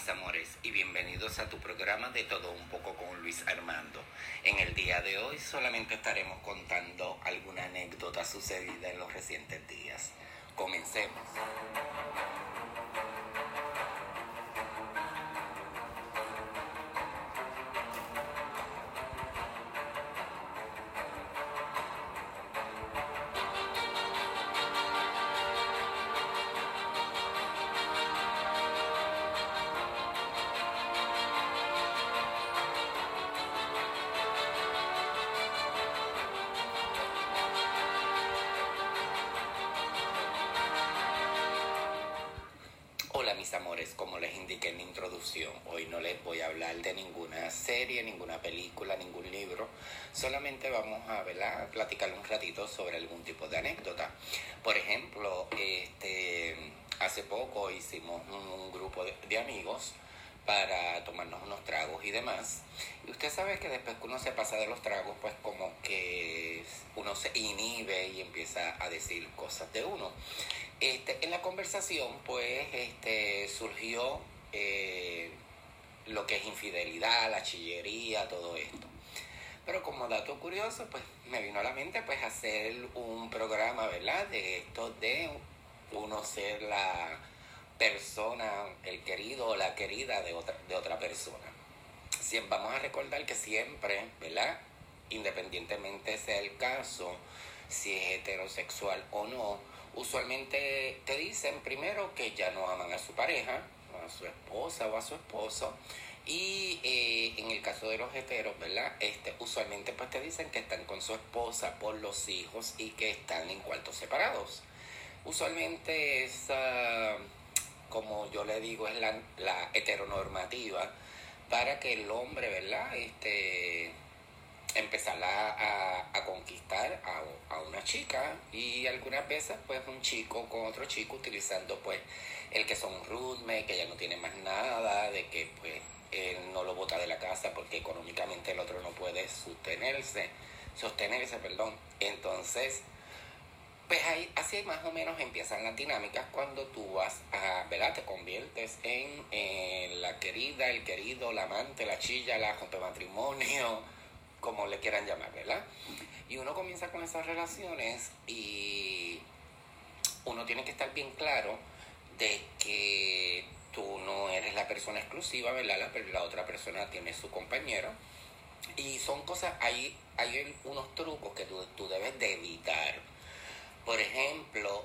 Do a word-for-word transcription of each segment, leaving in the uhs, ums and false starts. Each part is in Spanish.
mis amores, y bienvenidos a tu programa de Todo un poco con Luis Armando. En el día de hoy solamente estaremos contando alguna anécdota sucedida en los recientes días. Comencemos. Hola mis amores, como les indiqué en la introducción, hoy no les voy a hablar de ninguna serie, ninguna película, ningún libro, solamente vamos a, ¿verdad?, platicar un ratito sobre algún tipo de anécdota. Por ejemplo, este, hace poco hicimos un, un grupo de, de amigos para tomarnos unos tragos y demás, y usted sabe que después que uno se pasa de los tragos, pues como que uno se inhibe y empieza a decir cosas de uno. Este, en la conversación, pues, este, surgió eh, lo que es infidelidad, la chillería, todo esto. Pero como dato curioso, pues, me vino a la mente, pues, hacer un programa, ¿verdad?, de esto de uno ser la persona, el querido o la querida de otra, de otra persona. Siempre, vamos a recordar que siempre, ¿verdad?, independientemente sea el caso, si es heterosexual o no, usualmente te dicen primero que ya no aman a su pareja, a su esposa o a su esposo, y eh, en el caso de los heteros, ¿verdad?, este, usualmente pues te dicen que están con su esposa por los hijos y que están en cuartos separados. Usualmente esa, como yo le digo, es la, la heteronormativa para que el hombre, ¿verdad?, este... empezar a, a, a conquistar a, a una chica, y algunas veces pues un chico con otro chico utilizando pues el que son roommate, que ya no tiene más nada, de que pues él no lo bota de la casa porque económicamente el otro no puede sostenerse, sostenerse, perdón. Entonces, pues ahí, así más o menos empiezan las dinámicas cuando tú vas a, ¿verdad?, te conviertes en eh, la querida, el querido, la amante, la chilla, la matrimonio, como le quieran llamar, ¿verdad? Y uno comienza con esas relaciones y uno tiene que estar bien claro de que tú no eres la persona exclusiva, ¿verdad? La, la otra persona tiene su compañero. Y son cosas, hay, hay unos trucos que tú, tú debes de evitar. Por ejemplo,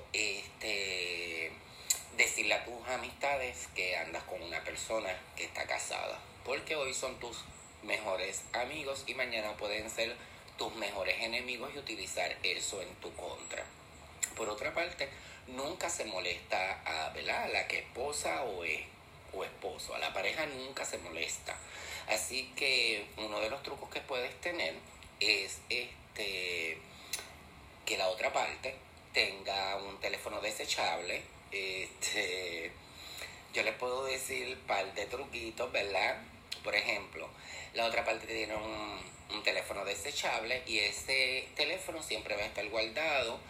este, decirle a tus amistades que andas con una persona que está casada, porque hoy son tus mejores amigos y mañana pueden ser tus mejores enemigos y utilizar eso en tu contra. Por otra parte, nunca se molesta a, ¿verdad?, a la que esposa o, es, o esposo, a la pareja nunca se molesta. Así que uno de los trucos que puedes tener es este que la otra parte tenga un teléfono desechable. Este, yo les puedo decir un par de truquitos, ¿verdad? Por ejemplo, la otra parte tiene un, un teléfono desechable y ese teléfono siempre va a estar guardado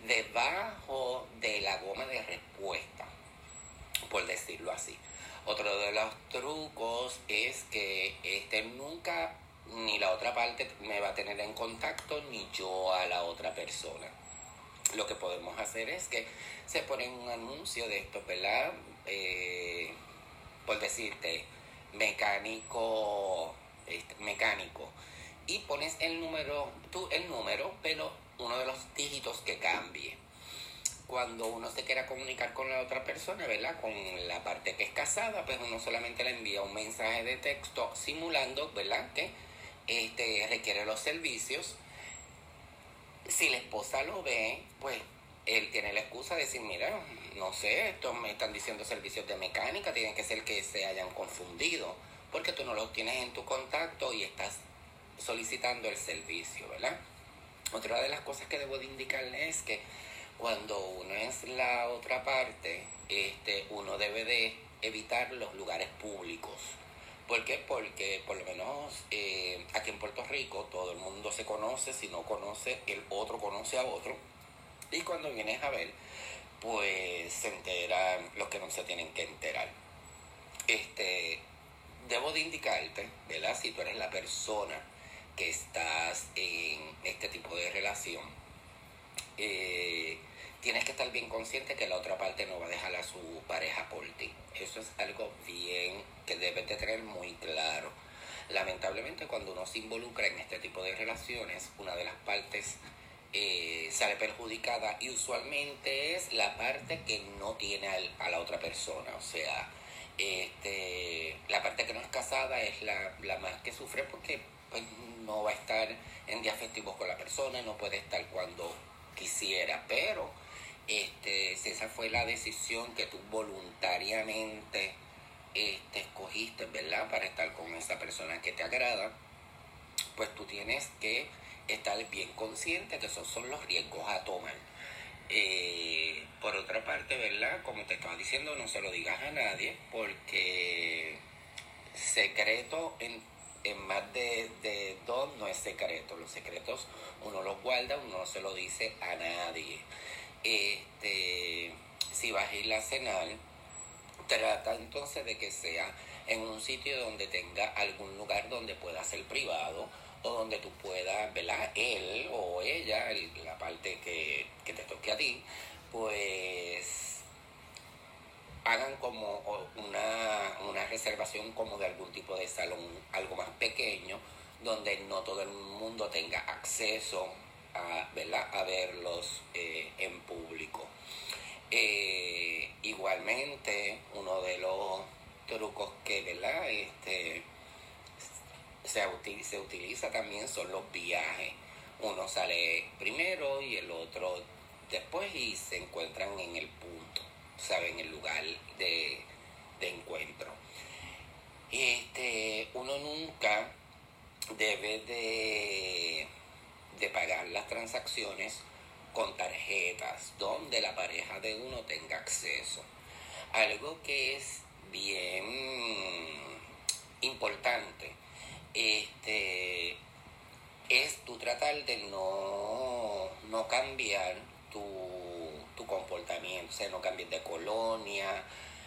debajo de la goma de respuesta, por decirlo así. Otro de los trucos es que este nunca, ni la otra parte me va a tener en contacto, ni yo a la otra persona. Lo que podemos hacer es que se pone un anuncio de esto, ¿verdad? Eh, por decirte, mecánico, este, mecánico, y pones el número, tú el número, pero uno de los dígitos que cambie. Cuando uno se quiera comunicar con la otra persona, ¿verdad?, con la parte que es casada, pues uno solamente le envía un mensaje de texto simulando, ¿verdad?, que este, requiere los servicios. Si la esposa lo ve, pues él tiene la excusa de decir, mira, no sé, estos me están diciendo servicios de mecánica, tienen que ser que se hayan confundido, porque tú no los tienes en tu contacto y estás solicitando el servicio, ¿verdad? Otra de las cosas que debo de indicarle es que cuando uno es la otra parte, este, uno debe de evitar los lugares públicos. ¿Por qué? Porque por lo menos eh, aquí en Puerto Rico todo el mundo se conoce, si no conoce, el otro conoce a otro. Y cuando vienes a ver, pues se enteran los que no se tienen que enterar. Este, debo de indicarte, ¿verdad? Si tú eres la persona que estás en este tipo de relación, eh, tienes que estar bien consciente que la otra parte no va a dejar a su pareja por ti. Eso es algo bien que debes de tener muy claro. Lamentablemente, cuando uno se involucra en este tipo de relaciones, una de las partes eh, sale perjudicada, y usualmente es la parte que no tiene al, a la otra persona. O sea, este, la parte que no es casada es la, la más que sufre, porque pues, no va a estar en días festivos con la persona, no puede estar cuando quisiera. Pero este, si esa fue la decisión que tú voluntariamente este, escogiste, ¿verdad?, para estar con esa persona que te agrada, pues tú tienes que estar bien consciente que esos son los riesgos a tomar. Eh, por otra parte, ¿verdad?, como te estaba diciendo, no se lo digas a nadie, porque secreto en, en más de, de dos no es secreto. Los secretos uno los guarda, uno no se lo dice a nadie. Este, si vas a ir a cenar, trata entonces de que sea en un sitio donde tenga algún lugar donde pueda ser privado, o donde tú puedas, ¿verdad?, él o ella, el, la parte que, que te toque a ti, pues hagan como una, una reservación como de algún tipo de salón, algo más pequeño, donde no todo el mundo tenga acceso a, ¿verdad?, a verlos eh, en público. Eh, igualmente, uno de los trucos que, ¿verdad?, este, se, util, se utiliza también son los viajes. Uno sale primero y el otro después, y se encuentran en el punto, ¿saben?, en el lugar de, de encuentro. Este, uno nunca debe de, de pagar las transacciones con tarjetas donde la pareja de uno tenga acceso. Algo que es bien importante este, es tú tratar de no, no cambiar tu, tu comportamiento. O sea, no cambies de colonia,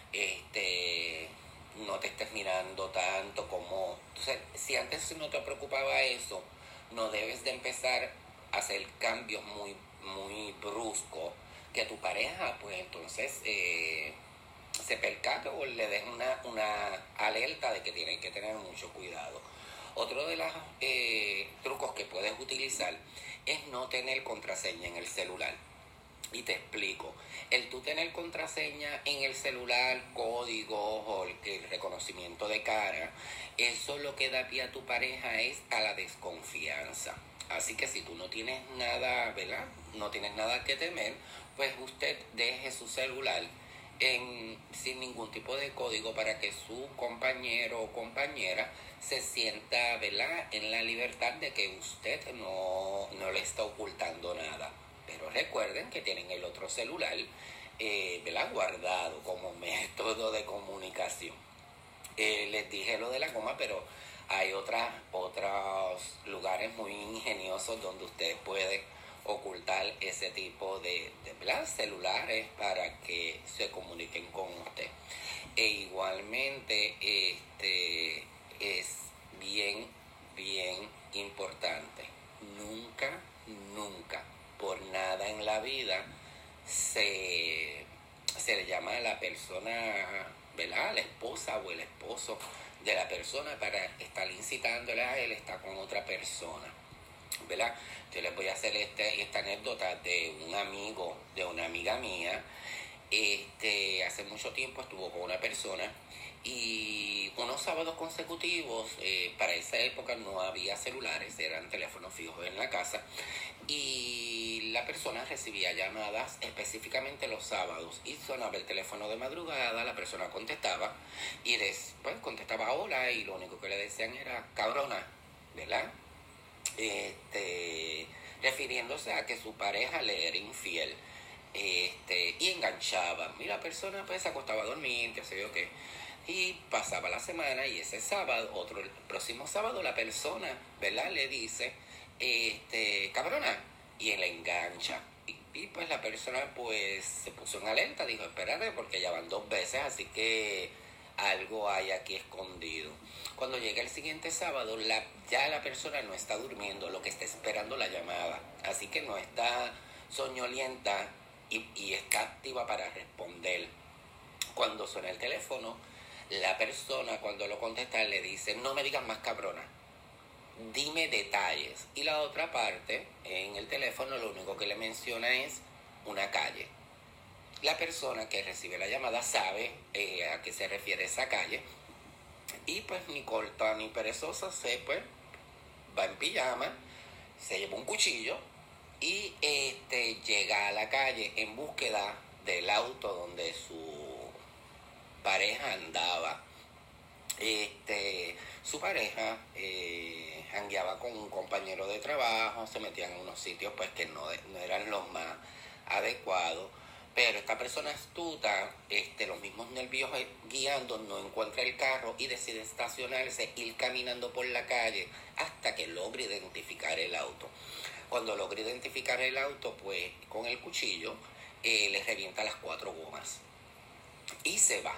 este, no te estés mirando tanto como... O sea, si antes no te preocupaba eso, no debes de empezar a hacer cambios muy muy brusco, que tu pareja pues entonces eh, se percate o le den una, una alerta de que tienen que tener mucho cuidado. Otro de los eh, trucos que puedes utilizar es no tener contraseña en el celular. Y te explico. El tú tener contraseña en el celular, códigos o el, el reconocimiento de cara, eso lo que da pie a tu pareja es a la desconfianza. Así que si tú no tienes nada, ¿verdad?, no tienes nada que temer, pues usted deje su celular en, sin ningún tipo de código, para que su compañero o compañera se sienta, ¿verdad?, en la libertad de que usted no, no le está ocultando nada. Pero recuerden que tienen el otro celular, eh, ¿verdad?, guardado como método de comunicación. Eh, les dije lo de la goma, pero hay otras, otros lugares muy ingeniosos donde ustedes pueden ocultar ese tipo de, de ¿verdad?, celulares para que se comuniquen con usted. E igualmente este, es bien, bien importante. Nunca, nunca, por nada en la vida se, se le llama a la persona, ¿verdad?, la esposa o el esposo de la persona para estar incitándole a él estar con otra persona, ¿verdad? Yo les voy a hacer este, esta anécdota de un amigo, de una amiga mía. Este, hace mucho tiempo estuvo con una persona, y unos sábados consecutivos, eh, para esa época no había celulares, eran teléfonos fijos en la casa, y la persona recibía llamadas específicamente los sábados, y sonaba el teléfono de madrugada, la persona contestaba, y después contestaba hola, y lo único que le decían era cabrona, ¿verdad? Este, refiriéndose a que su pareja le era infiel. Este, y enganchaban, y la persona pues se acostaba a dormir, qué sé yo qué, y pasaba la semana, y ese sábado, otro, el próximo sábado, la persona, ¿verdad?, le dice, este, cabrona, y él engancha, y, y pues la persona pues se puso en alerta, dijo, espérate, porque ya van dos veces, así que algo algo hay aquí escondido. Cuando llega el siguiente sábado, la, ya la persona no está durmiendo, lo que está esperando la llamada. Así que no está soñolienta y, y está activa para responder. Cuando suena el teléfono, la persona cuando lo contesta le dice, no me digas más cabrona, dime detalles. Y la otra parte, en el teléfono, lo único que le menciona es una calle. La persona que recibe la llamada sabe eh, a qué se refiere esa calle. Y pues ni corta ni perezosa se pues va en pijama, se lleva un cuchillo y este llega a la calle en búsqueda del auto donde su pareja andaba. Este, su pareja eh, jangueaba con un compañero de trabajo, se metían en unos sitios pues que no, no eran los más adecuados. Pero esta persona astuta, este, los mismos nervios guiando, no encuentra el carro y decide estacionarse, ir caminando por la calle hasta que logre identificar el auto. Cuando logra identificar el auto, pues con el cuchillo eh, le revienta las cuatro gomas y se va.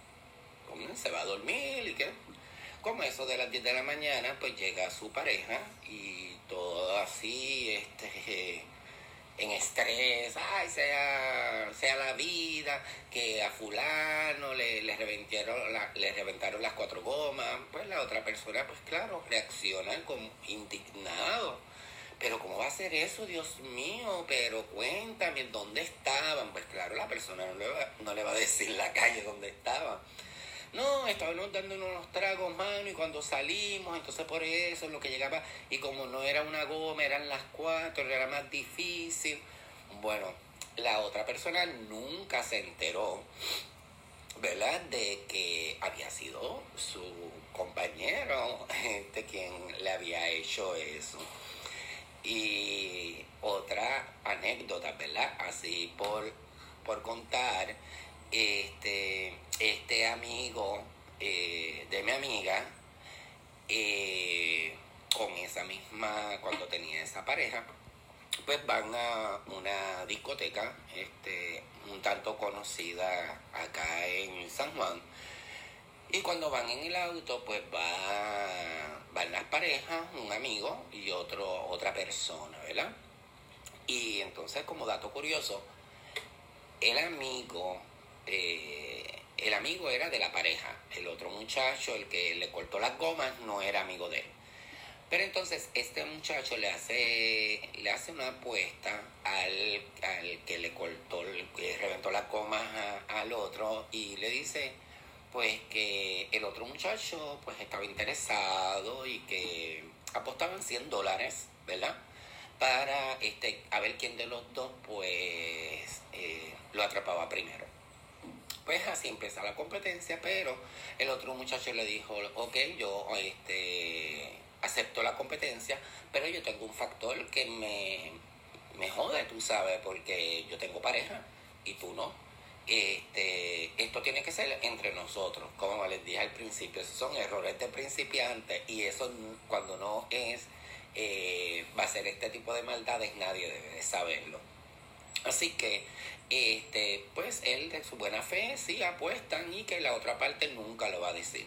Se va a dormir y qué. Como eso de las diez de la mañana, pues llega su pareja y todo así, este... Eh, en estrés, ay, sea, sea la vida, que a fulano le, le, reventaron la, le reventaron las cuatro gomas. Pues la otra persona, pues claro, reacciona como indignado. Pero ¿cómo va a ser eso, Dios mío? Pero cuéntame, ¿dónde estaban? Pues claro, la persona no le va, no le va a decir la calle donde estaban. No, estábamos dando unos tragos, mano, y cuando salimos, entonces por eso lo que llegaba, y como no era una goma, eran las cuatro, era más difícil. Bueno, la otra persona nunca se enteró, ¿verdad?, de que había sido su compañero, este, quien le había hecho eso. Y otra anécdota, ¿verdad?, así por, por contar. Este, este amigo eh, de mi amiga, eh, con esa misma, cuando tenía esa pareja, pues van a una discoteca este, un tanto conocida acá en San Juan. Y cuando van en el auto, pues va, van las parejas, un amigo y otro, otra persona, ¿verdad? Y entonces, como dato curioso, el amigo... Eh, el amigo era de la pareja, el otro muchacho, el que le cortó las gomas, no era amigo de él. Pero entonces este muchacho le hace le hace una apuesta al, al que le cortó, que reventó las gomas a, al otro, y le dice pues que el otro muchacho pues estaba interesado y que apostaban cien dólares, ¿verdad?, para este a ver quién de los dos pues eh, lo atrapaba primero. Pues así empieza la competencia, pero el otro muchacho le dijo, ok, yo este, acepto la competencia, pero yo tengo un factor que me, me jode, tú sabes, porque yo tengo pareja y tú no. Este, esto tiene que ser entre nosotros, como les dije al principio, esos son errores de principiantes, y eso cuando no es, eh, va a ser este tipo de maldades, nadie debe de saberlo. Así que, este, pues él de su buena fe sí apuestan, y que la otra parte nunca lo va a decir.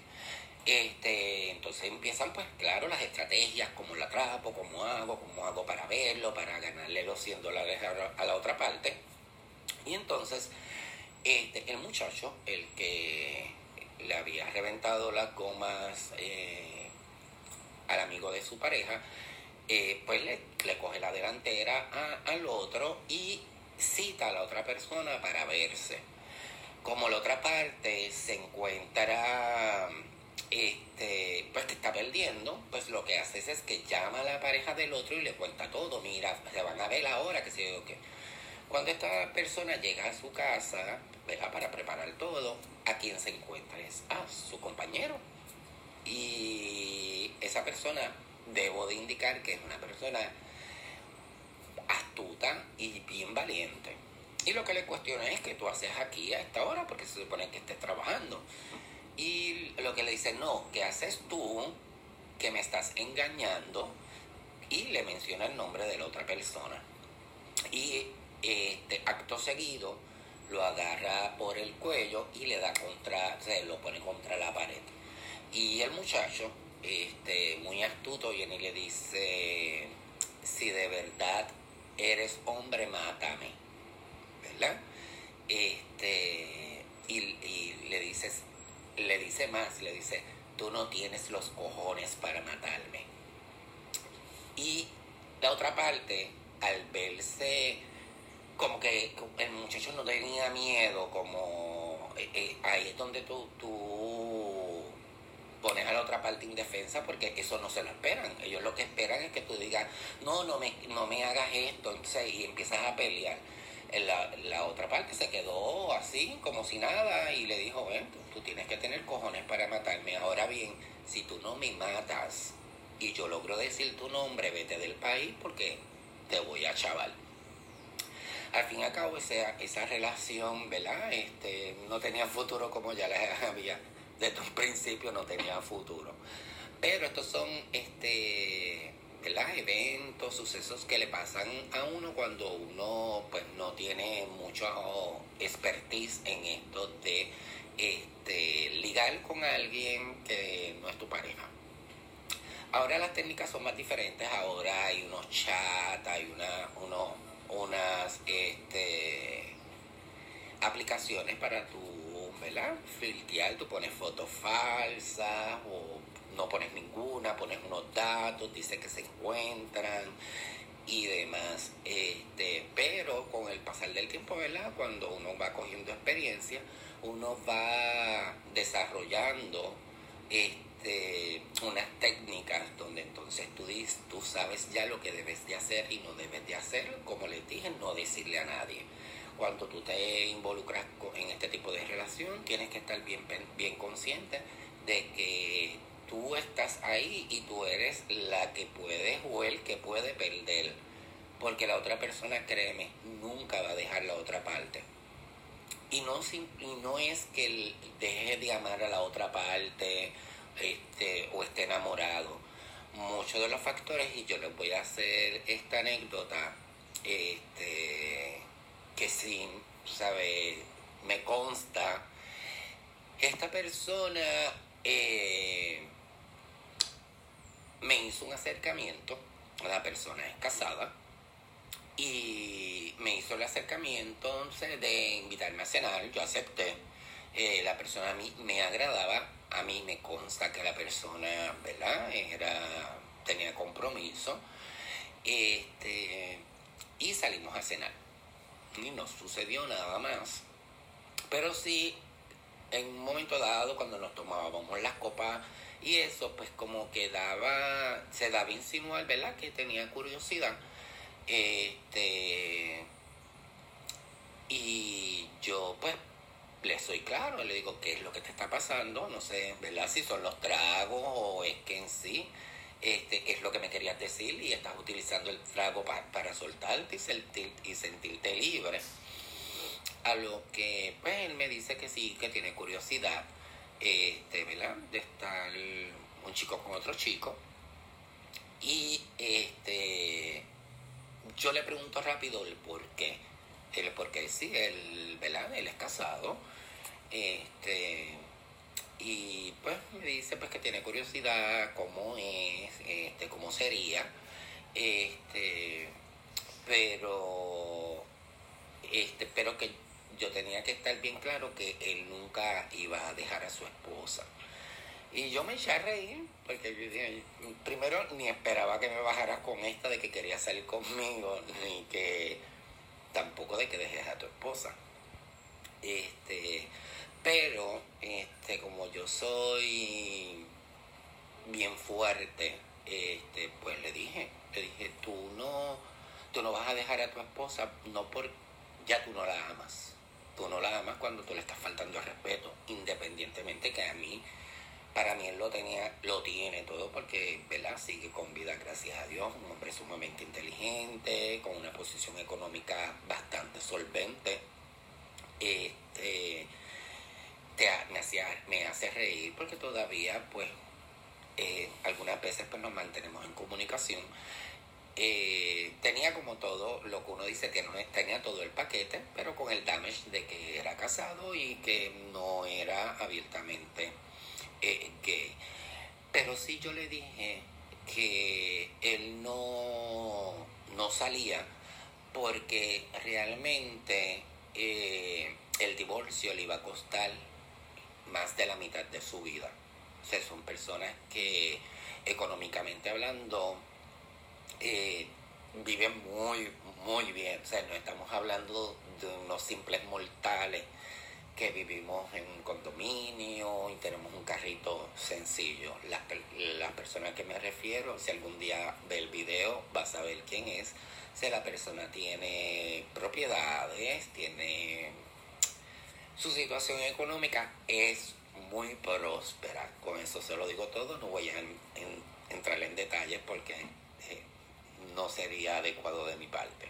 Este, entonces empiezan, pues claro, las estrategias, cómo lo atrapo, cómo hago, cómo hago para verlo, para ganarle los cien dólares a, a la otra parte. Y entonces, este, el muchacho, el que le había reventado las gomas eh, al amigo de su pareja, eh, pues le, le coge la delantera a, al otro y cita a la otra persona para verse. Como la otra parte se encuentra este pues que está perdiendo, pues lo que hace es que llama a la pareja del otro y le cuenta todo. Mira, se van a ver ahora, que sé yo qué. Cuando esta persona llega a su casa, ¿verdad?, para preparar todo, a quien se encuentra es a su compañero. Y esa persona, debo de indicar que es una persona astuta y bien valiente. Y lo que le cuestiona es, ¿qué tú haces aquí a esta hora? Porque se supone que estés trabajando. Y lo que le dice, no, ¿qué haces tú que me estás engañando? Y le menciona el nombre de la otra persona. Y este acto seguido lo agarra por el cuello y le da contra, se lo pone contra la pared. el muchacho, este, muy astuto, viene y le dice, si de verdad eres hombre, mátame, ¿verdad? Este, y, y le dices, le dice más, le dice, tú no tienes los cojones para matarme. Y la otra parte, al verse como que el muchacho no tenía miedo, como eh, eh, ahí es donde tú, tú pones a la otra parte indefensa, porque eso no se lo esperan. Ellos lo que esperan es que tú digas, no, no me, no me hagas esto, entonces, y empiezas a pelear. La, la otra parte se quedó así, como si nada, y le dijo, bueno, tú, tú tienes que tener cojones para matarme. Ahora bien, si tú no me matas y yo logro decir tu nombre, vete del país porque te voy a chaval. Al fin y al cabo, esa, esa relación, ¿verdad? Este, no tenía futuro, como ya les había, desde un principio no tenía futuro. Pero estos son, este, ¿verdad? Eventos, sucesos que le pasan a uno cuando uno, pues, no tiene mucho expertise en esto de, este, ligar con alguien que no es tu pareja. Ahora las técnicas son más diferentes. Ahora hay unos chats, hay una, unos, unas este, aplicaciones para tu, ¿verdad? Filtrear, tú pones fotos falsas o no pones ninguna, pones unos datos, dice que se encuentran y demás. Este, pero con el pasar del tiempo, ¿verdad? Cuando uno va cogiendo experiencia, uno va desarrollando este, unas técnicas donde entonces tú, dices, tú sabes ya lo que debes de hacer y no debes de hacer. Como les dije, no decirle a nadie. Cuando tú te involucras en este tipo de relación, tienes que estar bien, bien consciente de que tú estás ahí y tú eres la que puede o el que puede perder. Porque la otra persona, créeme, nunca va a dejar la otra parte. Y no, y no es que él deje de amar a la otra parte este, o esté enamorado. Muchos de los factores, y yo les voy a hacer esta anécdota, este, que sí, ¿sabe? Me consta. Esta persona eh, me hizo un acercamiento. La persona es casada. Y me hizo el acercamiento entonces de invitarme a cenar. Yo acepté. Eh, la persona a mí me agradaba. A mí me consta que la persona, ¿verdad? Era, tenía compromiso. Este, y salimos a cenar. Y no sucedió nada más. Pero sí, en un momento dado, cuando nos tomábamos las copas y eso, pues como que daba, se daba a insinuar, ¿verdad? Que tenía curiosidad. Este, y yo pues le soy claro, le digo, ¿qué es lo que te está pasando? No sé, ¿verdad? Si son los tragos o es que en sí, este, ¿qué es lo que me querías decir? Y estás utilizando el trago pa, para soltarte y, sentir, y sentirte libre. A lo que pues él me dice que sí, que tiene curiosidad, este, ¿verdad? De estar un chico con otro chico. Y este... yo le pregunto rápido el por qué. El por qué sí, él, ¿verdad? Él es casado. Este, y pues me dice pues que tiene curiosidad cómo es, este, cómo sería. Este, pero, este, pero que yo tenía que estar bien claro que él nunca iba a dejar a su esposa. Y yo me eché a reír, porque yo dije, primero ni esperaba que me bajaras con esta de que querías salir conmigo, ni que tampoco de que dejes a tu esposa. Este, pero, este, como yo soy bien fuerte, este, pues le dije, le dije, tú no, tú no vas a dejar a tu esposa, no por, ya tú no la amas. Tú no la amas cuando tú le estás faltando el respeto, independientemente que a mí, para mí él lo tenía, lo tiene todo porque, ¿verdad? Sigue con vida, gracias a Dios, un hombre sumamente inteligente, con una posición económica bastante solvente. Este, te, me, hacía, me hace reír porque todavía, pues, eh, algunas veces pues nos mantenemos en comunicación. Eh, tenía como todo lo que uno dice que no tenía todo el paquete, pero con el damage de que era casado y que no era abiertamente eh, gay. sí yo le dije que él no, no salía porque realmente eh, el divorcio le iba a costar más de la mitad de su vida. O sea, son personas que económicamente hablando eh, viven muy, muy bien. O sea, no estamos hablando de unos simples mortales que vivimos en un condominio y tenemos un carrito sencillo. Las, las personas que me refiero, si algún día ve el video, va a saber quién es. Si la persona tiene propiedades, tiene su situación económica, es muy próspera. Con eso se lo digo todo, no voy a en, en, entrar en detalles porque eh, no sería adecuado de mi parte.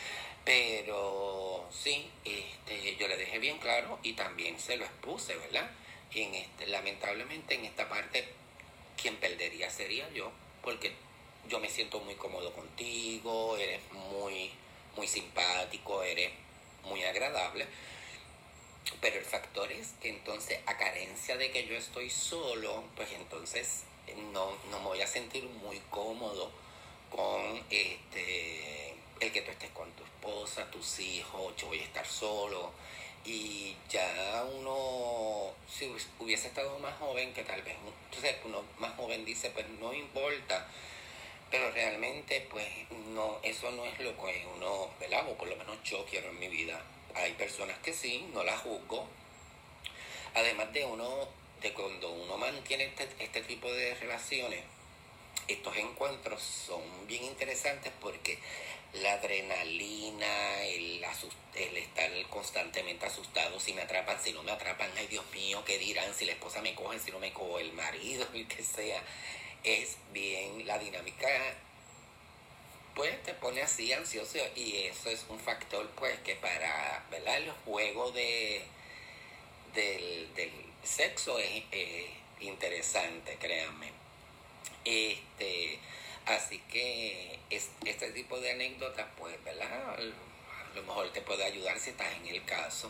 Pero sí, este, yo le dejé bien claro y también se lo expuse, ¿verdad? Y en este, lamentablemente en esta parte, quien perdería sería yo, porque yo me siento muy cómodo contigo, eres muy, muy simpático, eres muy agradable. Pero el factor es que entonces, a carencia de que yo estoy solo, pues entonces no, no me voy a sentir muy cómodo con este el que tú estés con tu esposa, tus hijos, yo voy a estar solo. Y ya uno, si hubiese estado más joven, que tal vez, entonces uno más joven dice, pues no importa, pero realmente pues no, eso no es lo que uno, ¿verdad? O por lo menos yo quiero en mi vida. Hay personas que sí, no las juzgo. Además de uno, de cuando uno mantiene este, este tipo de relaciones, estos encuentros son bien interesantes porque la adrenalina, el, asust el estar constantemente asustado, si me atrapan, si no me atrapan, ay Dios mío, ¿qué dirán? Si la esposa me coge, si no me coge el marido, el que sea, es bien, la dinámica pues te pone así ansioso y eso es un factor pues que para, ¿verdad? El juego de, del, del sexo es eh, interesante, créanme. Este, así que es, este tipo de anécdotas, pues, ¿verdad? A lo mejor te puede ayudar si estás en el caso.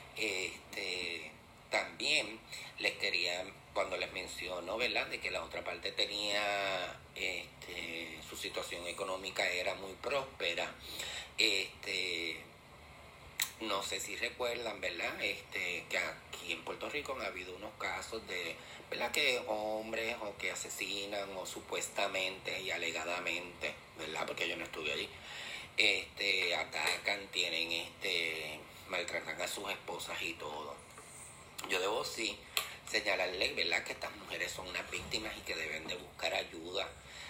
Este, también les quería, cuando les menciono, ¿verdad? De que la otra parte tenía, este, su situación económica era muy próspera. Este, no sé si recuerdan, ¿verdad? Este, que aquí en Puerto Rico han habido unos casos de, ¿verdad? Que hombres o que asesinan o supuestamente y alegadamente, ¿verdad? Porque yo no estuve allí, este, atacan, tienen, este, maltratan a sus esposas y todo. Yo debo sí señalarles, ¿verdad? Que estas mujeres son unas víctimas y que deben de buscar ayuda,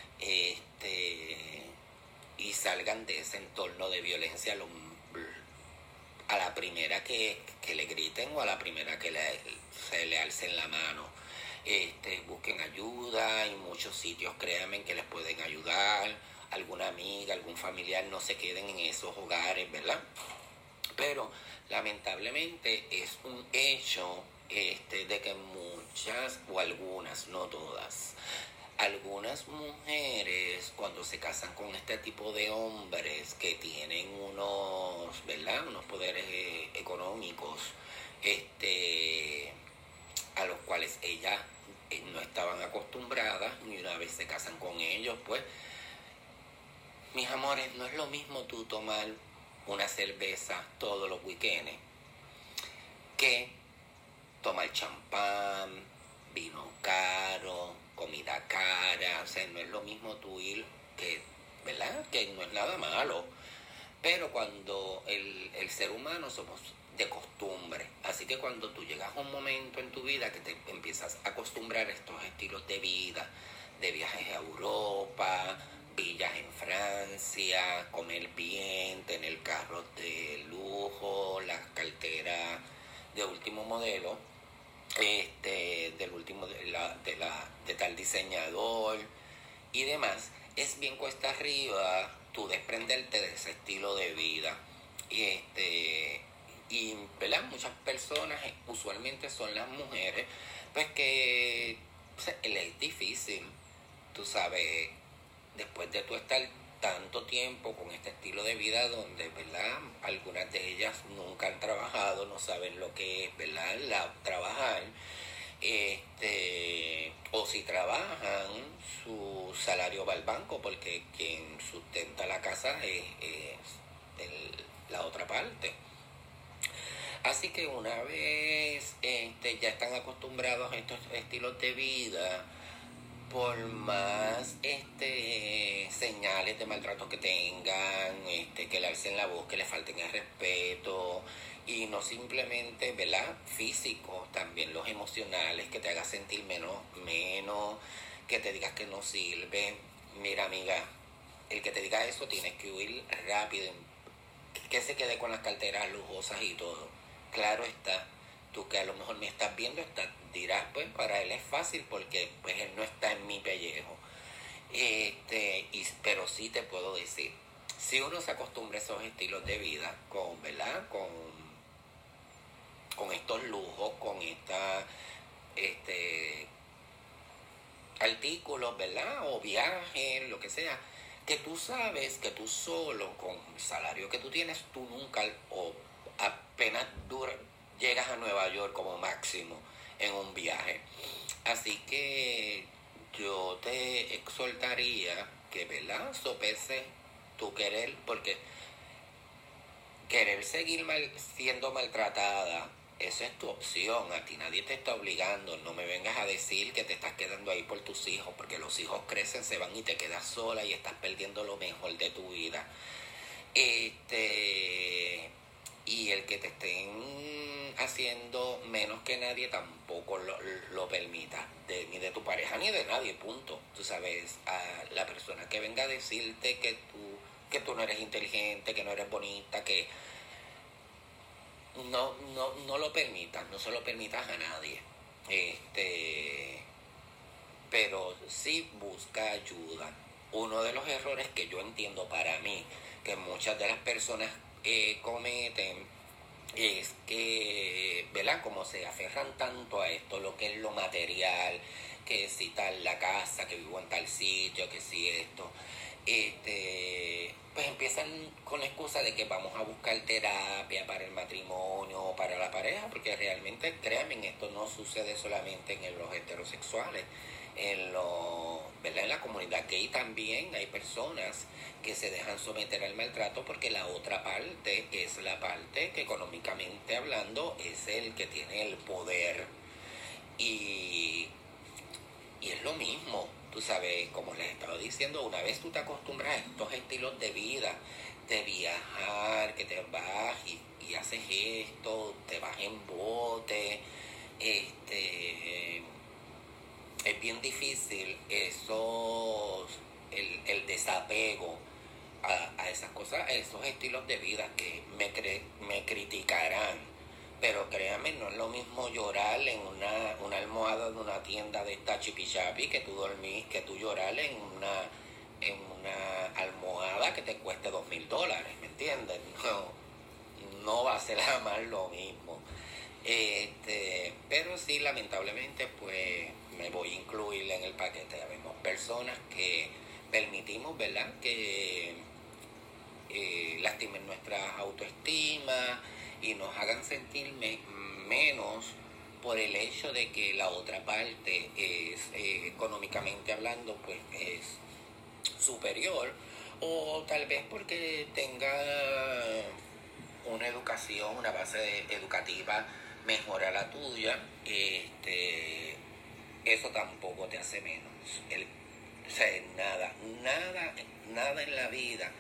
este, y salgan de ese entorno de violencia lo a la primera que, que le griten o a la primera que le, se le alcen la mano. Este, busquen ayuda, en muchos sitios créanme que les pueden ayudar, alguna amiga, algún familiar, no se queden en esos hogares, ¿verdad? Pero lamentablemente es un hecho este, de que muchas o algunas, no todas, algunas mujeres cuando se casan con este tipo de hombres que tienen unos, ¿verdad? Unos poderes eh, económicos, este, a los cuales ellas eh, no estaban acostumbradas, y una vez se casan con ellos, pues, mis amores, no es lo mismo tú tomar una cerveza todos los weekends que tomar champán, vino caro, comida cara. O sea, no es lo mismo tú ir, que, ¿verdad? Que no es nada malo, pero cuando el, el ser humano somos de costumbre, así que cuando tú llegas a un momento en tu vida que te empiezas a acostumbrar a estos estilos de vida, de viajes a Europa, villas en Francia, comer bien, tener carros de lujo, las carteras de último modelo, este, del último de, la, de, la, de tal diseñador y demás, es bien cuesta arriba tú desprenderte de ese estilo de vida. Y este y ¿verdad? Muchas personas, usualmente son las mujeres, pues que o sea, es difícil, tú sabes, después de tú estar tanto tiempo con este estilo de vida donde, ¿verdad? Algunas de ellas nunca han trabajado, no saben lo que es, ¿verdad? La, trabajar, este, o si trabajan, su salario va al banco porque quien sustenta la casa es, es el, la otra parte. Así que una vez este, ya están acostumbrados a estos estilos de vida, por más este señales de maltrato que tengan, este, que le alcen la voz, que le falten el respeto, y no simplemente, ¿verdad?, físico, también los emocionales, que te hagas sentir menos, menos, que te digas que no sirve. Mira, amiga, el que te diga eso tienes que huir rápido, que se quede con las carteras lujosas y todo. Claro está, tú que a lo mejor me estás viendo, está, dirás, pues para él es fácil porque pues él no está en mi pellejo. Este, y, pero sí te puedo decir, si uno se acostumbra a esos estilos de vida, con, ¿verdad?, con, con estos lujos, con esta, este, artículos, ¿verdad?, o viajes, lo que sea, que tú sabes que tú solo, con el salario que tú tienes, tú nunca, o apenas dura, llegas a Nueva York como máximo en un viaje. Así que yo te exhortaría que, ¿verdad?, sopese tu querer, porque querer seguir mal, siendo maltratada, esa es tu opción. A ti nadie te está obligando. No me vengas a decir que te estás quedando ahí por tus hijos, porque los hijos crecen, se van y te quedas sola y estás perdiendo lo mejor de tu vida. Este... Y el que te estén haciendo menos que nadie tampoco lo, lo permita, de, ni de tu pareja ni de nadie, punto. Tú sabes, a la persona que venga a decirte que tú, que tú no eres inteligente, que no eres bonita, que no, no, no lo permitas, no se lo permitas a nadie. Este, pero sí busca ayuda. Uno de los errores que yo entiendo para mí, que muchas de las personas Eh, cometen, es que, ¿verdad?, como se aferran tanto a esto, lo que es lo material, que si tal la casa, que vivo en tal sitio, que si esto, este, pues empiezan con la excusa de que vamos a buscar terapia para el matrimonio o para la pareja, porque realmente, créanme, esto no sucede solamente en los heterosexuales. En, lo, ¿verdad?, en la comunidad gay también hay personas que se dejan someter al maltrato porque la otra parte es la parte que, económicamente hablando, es el que tiene el poder. Y, y es lo mismo, tú sabes, como les estaba diciendo, una vez tú te acostumbras a estos estilos de vida, de viajar, que te vas y, y haces esto, te vas en bote, este... es bien difícil esos, el, el desapego a, a esas cosas, a esos estilos de vida que me, cre, me criticarán. Pero créanme, no es lo mismo llorar en una, una almohada de una tienda de esta chipichapi que tú dormís, que tú llorar en una, en una almohada que te cueste dos mil dólares, ¿me entiendes? No, no va a ser jamás lo mismo. Este, pero sí, lamentablemente, pues me voy a incluir en el paquete. Vemos personas que permitimos, ¿verdad?, que eh, lastimen nuestra autoestima y nos hagan sentir me, menos por el hecho de que la otra parte es, eh, económicamente hablando, pues es superior, o tal vez porque tenga una educación, una base educativa mejor a la tuya. Este, eso tampoco te hace menos. El, o sea, nada, nada, nada en la vida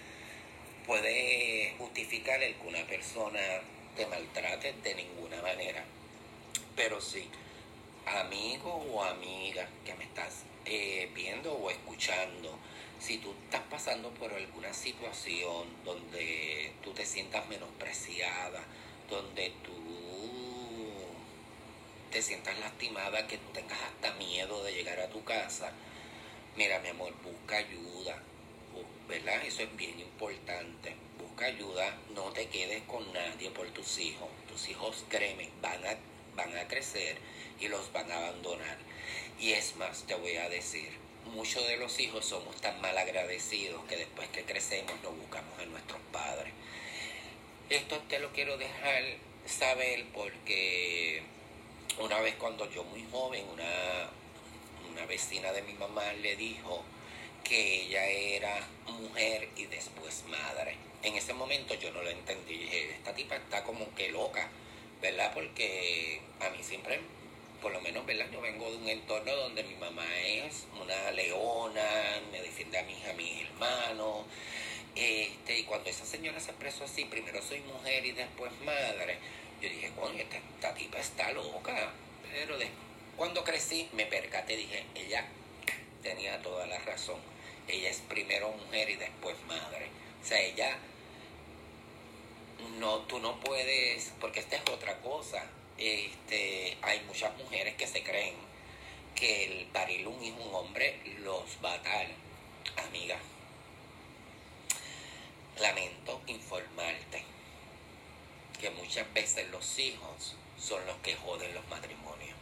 puede justificar el que una persona te maltrate de ninguna manera. Pero sí, amigo o amiga que me estás eh, viendo o escuchando, si tú estás pasando por alguna situación donde tú te sientas menospreciada, donde tú te sientas lastimada, que tú tengas hasta miedo de llegar a tu casa, mira, mi amor, busca ayuda, ¿verdad? Eso es bien importante. Busca ayuda, no te quedes con nadie por tus hijos. Tus hijos, créeme, van a, van a crecer y los van a abandonar. Y es más, te voy a decir, muchos de los hijos somos tan mal agradecidos que después que crecemos nos buscamos a nuestros padres. Esto te lo quiero dejar saber porque una vez, cuando yo muy joven, una, una vez vecina de mi mamá le dijo que ella era mujer y después madre. En ese momento yo no lo entendí. Dije, esta tipa está como que loca, ¿verdad? Porque a mí siempre, por lo menos, ¿verdad? Yo vengo de un entorno donde mi mamá es una leona, me defiende a mis, a mis hermanos. Este, y cuando esa señora se expresó así, primero soy mujer y después madre, yo dije, coño, esta, esta tipa está loca. Pero de, cuando crecí me percaté, dije, ella tenía toda la razón. Ella es primero mujer y después madre. O sea, ella, no, tú no puedes, porque esta es otra cosa. Este, hay muchas mujeres que se creen que el parir un hijo, un hombre, los va a atar. Amiga, lamento informarte que muchas veces los hijos son los que joden los matrimonios.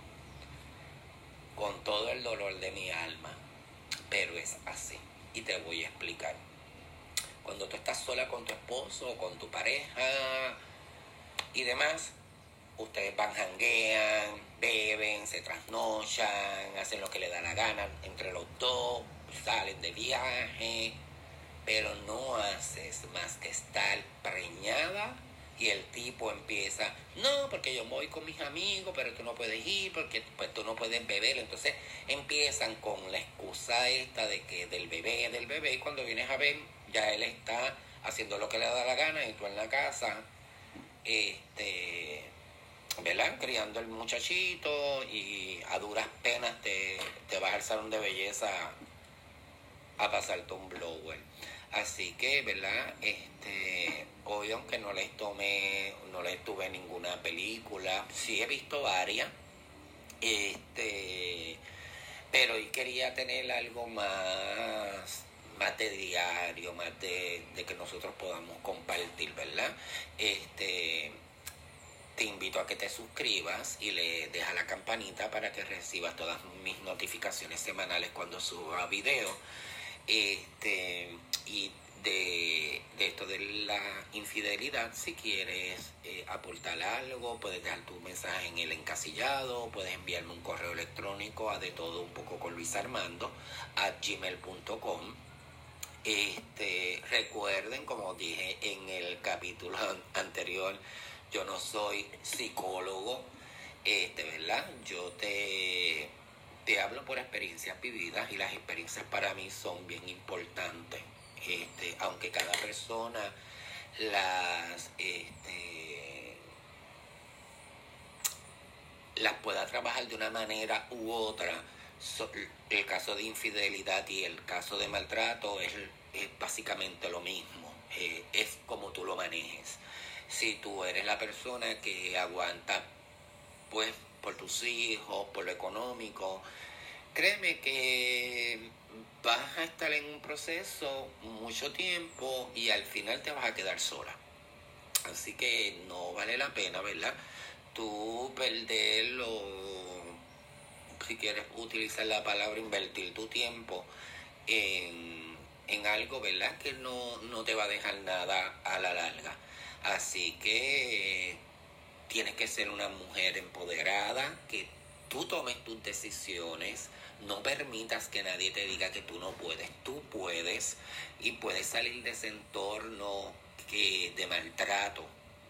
Con todo el dolor de mi alma, pero es así. Y te voy a explicar. Cuando tú estás sola con tu esposo, con tu pareja y demás, ustedes van, janguean, beben, se trasnochan, hacen lo que les da la gana entre los dos, salen de viaje, pero no haces más que estar preñada y el tipo empieza, no, porque yo voy con mis amigos, pero tú no puedes ir, porque pues, tú no puedes beber. Entonces empiezan con la excusa esta de que del bebé, del bebé, y cuando vienes a ver, ya él está haciendo lo que le da la gana y tú en la casa, este, ¿verdad? Criando el muchachito y a duras penas te, te vas al salón de belleza a pasarte un blower. Así que, ¿verdad? Este, hoy, aunque no les tomé, no les tuve ninguna película, sí he visto varias, este, pero hoy quería tener algo más, más de diario, más de, de que nosotros podamos compartir, ¿verdad? Este, te invito a que te suscribas y le dejas la campanita para que recibas todas mis notificaciones semanales cuando suba video. Este, y de, de esto de la infidelidad, si quieres eh, aportar algo, puedes dejar tu mensaje en el encasillado, puedes enviarme un correo electrónico a de todo un poco con Luis Armando a gmail punto com. Este, recuerden, como dije en el capítulo anterior, yo no soy psicólogo, este, ¿verdad? Yo te... Te hablo por experiencias vividas y las experiencias para mí son bien importantes. Este, aunque cada persona las, este, las pueda trabajar de una manera u otra, so, el caso de infidelidad y el caso de maltrato es, es básicamente lo mismo. Eh, es como tú lo manejes. Si tú eres la persona que aguanta, pues, por tus hijos, por lo económico, créeme que vas a estar en un proceso mucho tiempo y al final te vas a quedar sola. Así que no vale la pena, ¿verdad? Tú perderlo, si quieres utilizar la palabra invertir tu tiempo en, en algo, ¿verdad? Que no, no te va a dejar nada a la larga. Así que tienes que ser una mujer empoderada, que tú tomes tus decisiones, no permitas que nadie te diga que tú no puedes, tú puedes y puedes salir de ese entorno que, de maltrato,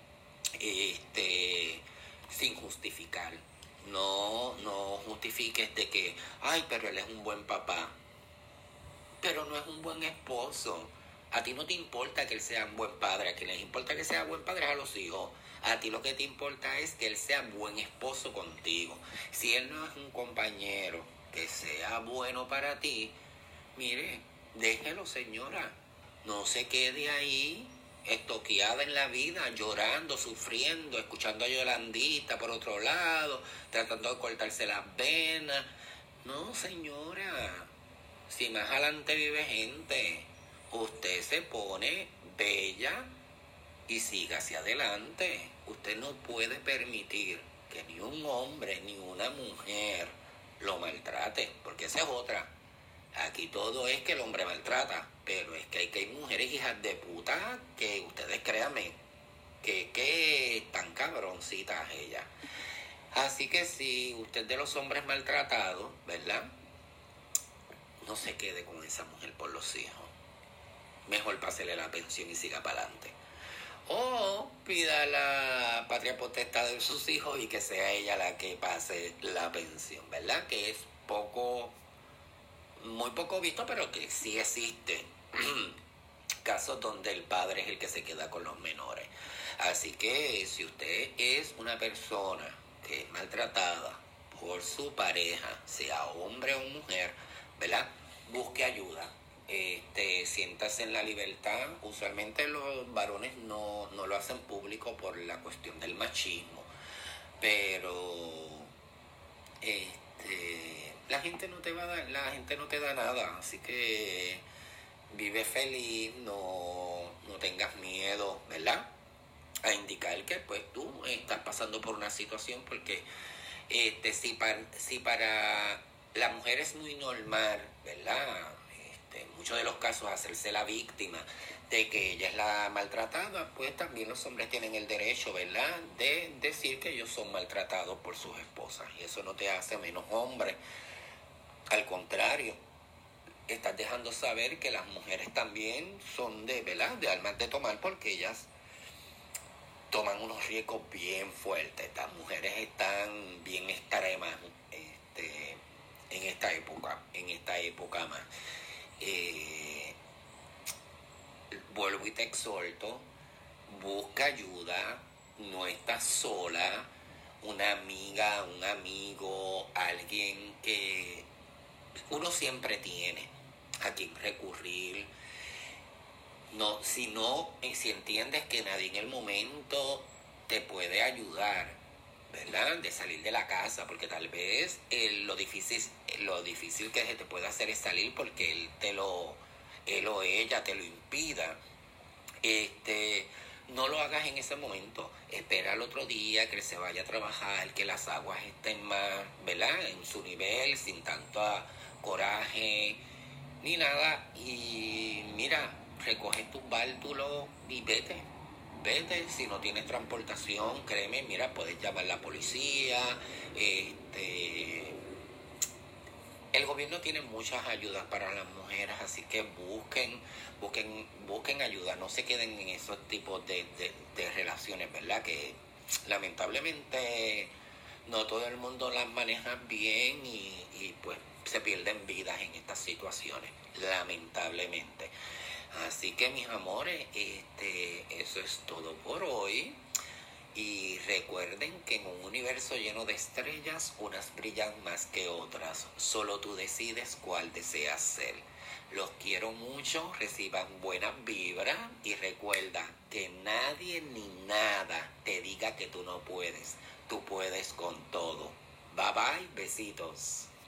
este, sin justificar. No, no justifiques de que, ay, pero él es un buen papá, pero no es un buen esposo. A ti no te importa que él sea un buen padre, a quien les importa que sea buen padre es a los hijos. A ti lo que te importa es que él sea buen esposo contigo. Si él no es un compañero que sea bueno para ti, mire, déjelo, señora. No se quede ahí estoqueada en la vida, llorando, sufriendo, escuchando a Yolandita por otro lado, tratando de cortarse las venas. No, señora, si más adelante vive gente, usted se pone bella y siga hacia adelante. Usted no puede permitir que ni un hombre ni una mujer lo maltrate, porque esa es otra. Aquí todo es que el hombre maltrata, pero es que hay que hay mujeres hijas de puta que ustedes créanme que, que tan cabroncitas ellas. Así que si usted es de los hombres maltratados, ¿verdad? no se quede con esa mujer por los hijos. Mejor pásele la pensión y siga para adelante. O pida la patria potestad de sus hijos y que sea ella la que pase la pensión, ¿verdad? Que es poco, muy poco visto, pero que sí existe. Casos donde el padre es el que se queda con los menores. Así que si usted es una persona que es maltratada por su pareja, sea hombre o mujer, ¿verdad? Busque ayuda. Este, siéntase en la libertad. Usualmente los varones no, no lo hacen público por la cuestión del machismo, pero este, la gente no te va a dar, la gente no te da nada, así que vive feliz, no, no tengas miedo, ¿verdad? A indicar que pues tú estás pasando por una situación, porque este, si, para, si para la mujer es muy normal, ¿verdad? Este, en muchos de los casos hacerse la víctima de que ella es la maltratada, pues también los hombres tienen el derecho, ¿verdad?, de decir que ellos son maltratados por sus esposas, y eso no te hace menos hombre. Al contrario, estás dejando saber que las mujeres también son de, ¿verdad?, de almas de tomar, porque ellas toman unos riesgos bien fuertes. Estas mujeres están bien extremas este, en esta época, en esta época más. Eh, vuelvo y te exhorto, busca ayuda, no estás sola, una amiga, un amigo, alguien que uno siempre tiene a quien recurrir. No, si no, si entiendes que nadie en el momento te puede ayudar, ¿verdad?, de salir de la casa, porque tal vez eh, lo difícil lo difícil que se te puede hacer es salir porque él te lo él o ella te lo impida. Este, no lo hagas en ese momento. Espera al otro día que él se vaya a trabajar, que las aguas estén más, ¿verdad?, en su nivel, sin tanto coraje ni nada, y mira, recoge tus bártulos y vete. Vete, si no tienes transportación, créeme, mira, puedes llamar a la policía. Este, el gobierno tiene muchas ayudas para las mujeres, así que busquen, busquen, busquen ayuda, no se queden en esos tipos de, de, de relaciones, ¿verdad?, que lamentablemente no todo el mundo las maneja bien y, y pues se pierden vidas en estas situaciones, lamentablemente. Así que, mis amores, este, eso es todo por hoy. Y recuerden que en un universo lleno de estrellas, unas brillan más que otras. Solo tú decides cuál deseas ser. Los quiero mucho, reciban buenas vibras y recuerda que nadie ni nada te diga que tú no puedes. Tú puedes con todo. Bye bye, besitos.